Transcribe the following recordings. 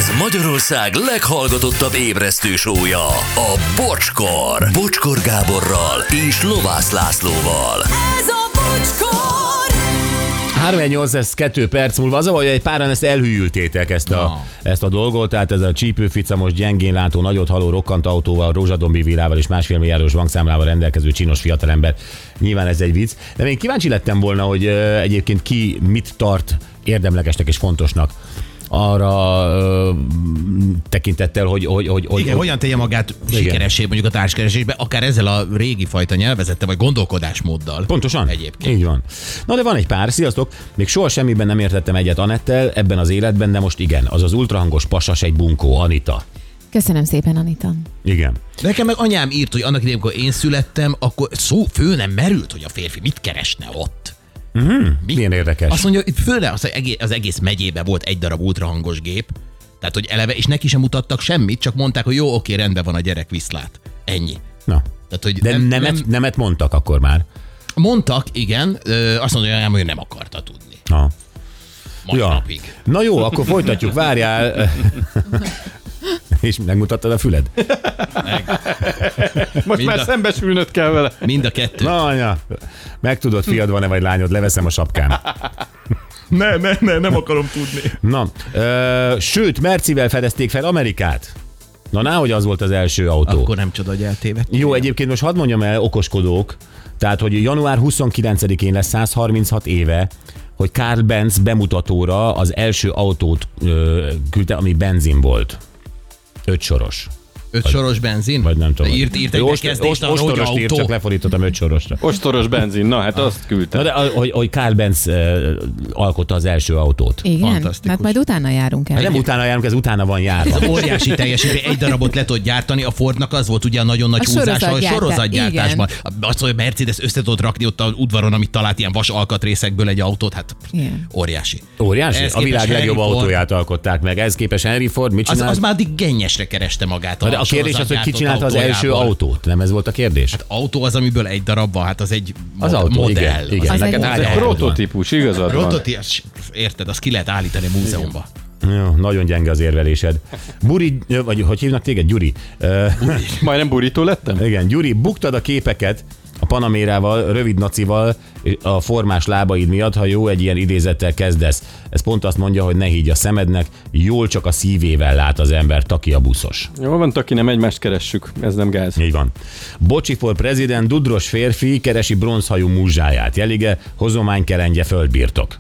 Ez Magyarország leghallgatottabb ébresztő show-ja, a Bocskor. Bocskor Gáborral és Lovász Lászlóval. Ez a Bocskor! 3-8, ez 2 perc múlva. Az a baj, hogy egy páran ezt elhűltétek ezt a dolgot, tehát ez a csípőfica most gyengén látó, nagyot haló rokkant autóval, rózsadombi villával és 1,5 milliárdos bankszámlával rendelkező csinos fiatalember. Nyilván ez egy vicc. De én kíváncsi lettem volna, hogy egyébként ki mit tart érdemlegesnek és fontosnak arra tekintettel, hogy igen, hogyan tegye magát sikeressé mondjuk a társkeresésbe, akár ezzel a régi fajta nyelvezettel, vagy gondolkodásmóddal. Pontosan. Egyébként. Így van. Na de van egy pár, sziasztok! Még soha semmiben nem értettem egyet Anettel ebben az életben, de most igen. Az az ultrahangos pasas egy bunkó, Anita. Köszönöm szépen, Anita. Igen. Nekem meg anyám írt, hogy annak idején, amikor én születtem, akkor szó fő nem merült, hogy a férfi mit keresne ott. Milyen érdekes. Azt mondja, itt főleg az egész megyében volt egy darab ultrahangos gép, tehát hogy eleve, és neki sem mutattak semmit, csak mondták, hogy jó, oké, rendben van, a gyerek viszlát. Ennyi. Na. Tehát, hogy De nemet mondtak akkor már. Mondtak, igen, azt mondja, hogy nem akarta tudni. Na. Mai napig. Na jó, akkor folytatjuk, várjál. És megmutattad a füled? Most már szembesülnöd kell vele. Mind a kettő. Na anya, megtudod, fiad van-e vagy lányod, leveszem a sapkám. Nem akarom tudni. Na, sőt, Mercivel fedezték fel Amerikát. Na, náhogy az volt az első autó. Akkor nem csoda, hogy eltévedtél. Jó, egyébként most hadd mondjam el, okoskodók, tehát, hogy január 29-én lesz 136 éve, hogy Karl Benz bemutatóra az első autót küldte, ami benzin volt. 5 soros. 5 soros benzin? Vagy nem tudom. Írt egy bekezdést arra, hogy ostoros írt, autó. csak lefordítottam 5 sorosra. Ostoros benzin, na hát azt küldte. Na de hogy Karl Benz alkotta az első autót. Igen? Fantasztikus. Hát majd utána járunk el. Nem utána járunk, ez utána van járva. Ez óriási teljesítmény, egy darabot le tud gyártani, a Fordnak az volt ugye a nagyon nagy húzása, hogy sorozatgyártásban. Azt mondja, Mercedes össze tud rakni ott az udvaron, amit talált ilyen vas alkatrészekből egy autót, hát óriási. Óriási? Ehhez A világ képest legjobb Henry Ford- autóját alkották meg. Ez képes Henry Ford, mit csinál? Az már addig gennyesre kereste magát. De a kérdés az, hogy ki csinálta az első autót. Nem ez volt a kérdés? Hát autó az, amiből egy darab van, hát az egy Az autó, modell. igen. Az Neked egy- hány Ez egy autód van? prototípus, igazad van. Prototípus, érted, azt ki lehet állítani a múzeumba. Jó, nagyon gyenge az érvelésed. Buri, vagy hogy hívnak téged? Gyuri. Majdnem burító lettem? Igen, Gyuri, buktad a képeket a Panamérával, rövid nacival, a formás lábaid miatt, ha jó, egy ilyen idézettel kezdesz. Ez pont azt mondja, hogy ne higgy a szemednek, jól csak a szívével lát az ember, Taki a buszos. Jó van, Taki, nem egymást keressük, ez nem gáz. Így van. Bocsi for prezident, dudros férfi keresi bronzhajú múzsáját. Jelige, hozománykerendje, földbirtok.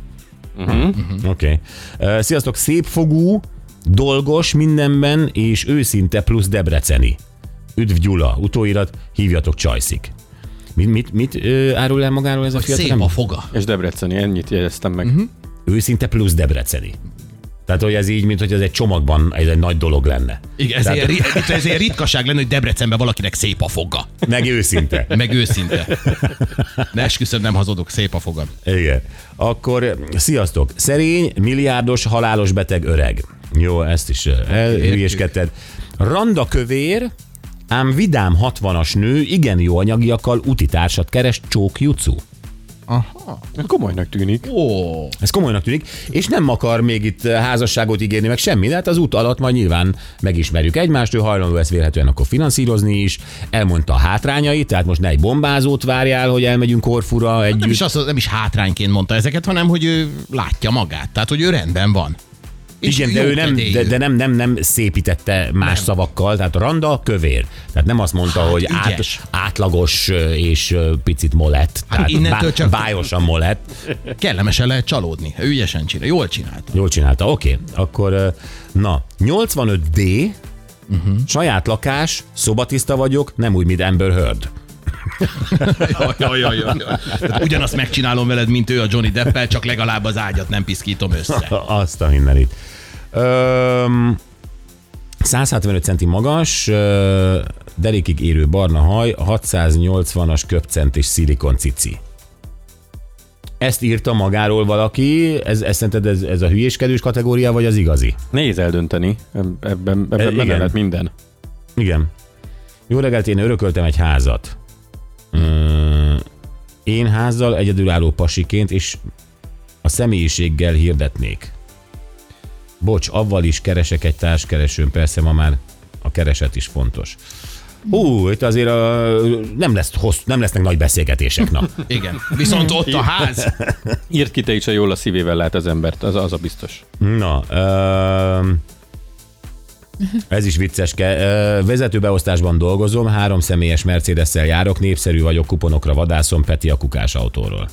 Oké. Sziasztok, szépfogú, dolgos mindenben, és őszinte plusz debreceni. Üdv Gyula, utóirat, hívjatok Csajszik. Mit árul el magáról ez a fiatal? Szép a foga. És Debreceni, ennyit jegyeztem meg. Őszinte plusz debreceni. Tehát, hogy ez így, mint hogy ez egy csomagban ez egy nagy dolog lenne. Igen, ez ilyen ritkaság lenne, hogy Debrecenben valakinek szép a foga. Meg őszinte. Meg őszinte. Ne esküszöm, nem hazudok, szép a fogad. Igen. Akkor sziasztok. Szerény, milliárdos, halálos beteg öreg. Jó, ezt is elhülyéskedted. Randa kövér, ám vidám 60-as nő, igen jó anyagiakkal utitársat keres, Csók Jucu. Aha. Komolynak tűnik. Ó. Ez komolynak tűnik, és nem akar még itt házasságot ígérni, meg semmi, de hát az út alatt majd nyilván megismerjük egymást, ő hajlandó ezt vélhetően akkor finanszírozni is, elmondta a hátrányait, tehát most ne egy bombázót várjál, hogy elmegyünk Korfura együtt. Nem is hátrányként mondta ezeket, hanem hogy ő látja magát, tehát hogy ő rendben van. És Igen, de jó ő nem szépítette más szavakkal, tehát randa, kövér. Tehát nem azt mondta, hogy átlagos és picit molett. Hát Tehát bájosan molett. Kellemesen lehet csalódni. Ő ügyesen csinálta, jól csinálta. Jól csinálta, oké. Akkor, na, 85D, saját lakás, szobatiszta vagyok, nem úgy, mint Amber Heard. Jaj. Ugyanazt megcsinálom veled, mint ő a Johnny Deppel, csak legalább az ágyat nem piszkítom össze. Azt a mindenit. 175 centi magas, derékig érő barna haj, 680-as köpcent és szilikon cici. Ezt írta magáról valaki, ez szerinted ez a hülyéskedős kategória, vagy az igazi? Nehéz eldönteni, ebben benne lehet minden. Igen. Jó reggelt, én örököltem egy házat. Én házzal egyedülálló pasiként és a személyiséggel hirdetnék. Bocs, avval is keresek egy társkeresőn, persze ma már a kereset is fontos. Itt azért nem lesznek nagy beszélgetések, na. Igen, viszont ott a ház. Írt ki te is, ha jól a szívével lát az embert, az a biztos. Na, ez is vicceske. Vezetőbeosztásban dolgozom, 3 személyes Mercedes-szel járok, népszerű vagyok, kuponokra vadászom, Peti a kukás autóról.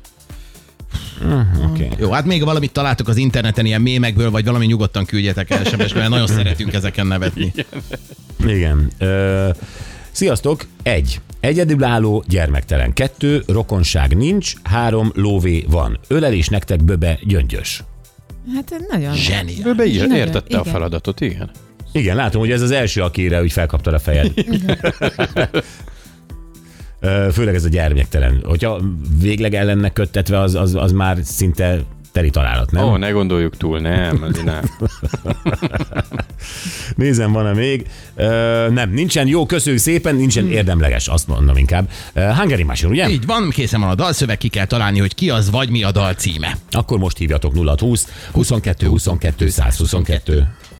Okay. Jó, hát még valamit találtok az interneten, ilyen mémekből, vagy valami nyugodtan küldjetek el SMS-ben, mert nagyon szeretünk ezeken nevetni. Igen. Sziasztok! 1. Egyedülálló, gyermektelen. 2. Rokonság nincs. 3. lóvé van. Ölelés nektek, Böbe Gyöngyös. Hát nagyon... Zseniális. Böbe értette a feladatot, igen. Igen, látom, hogy ez az első, akire úgy felkaptad a fejed. Főleg ez a gyermektelen. Hogyha végleg ellennek köttetve, az már szinte teli találat, nem? Ne gondoljuk túl, nem. Nézem, van-e még? Nem, nincsen jó, köszönjük szépen, nincsen érdemleges, azt mondom inkább. Hungary Machine, ugye? Így van, készen van a dalszöveg, ki kell találni, hogy ki az, vagy mi a dal címe. Akkor most hívjatok 0-20 22 22 122.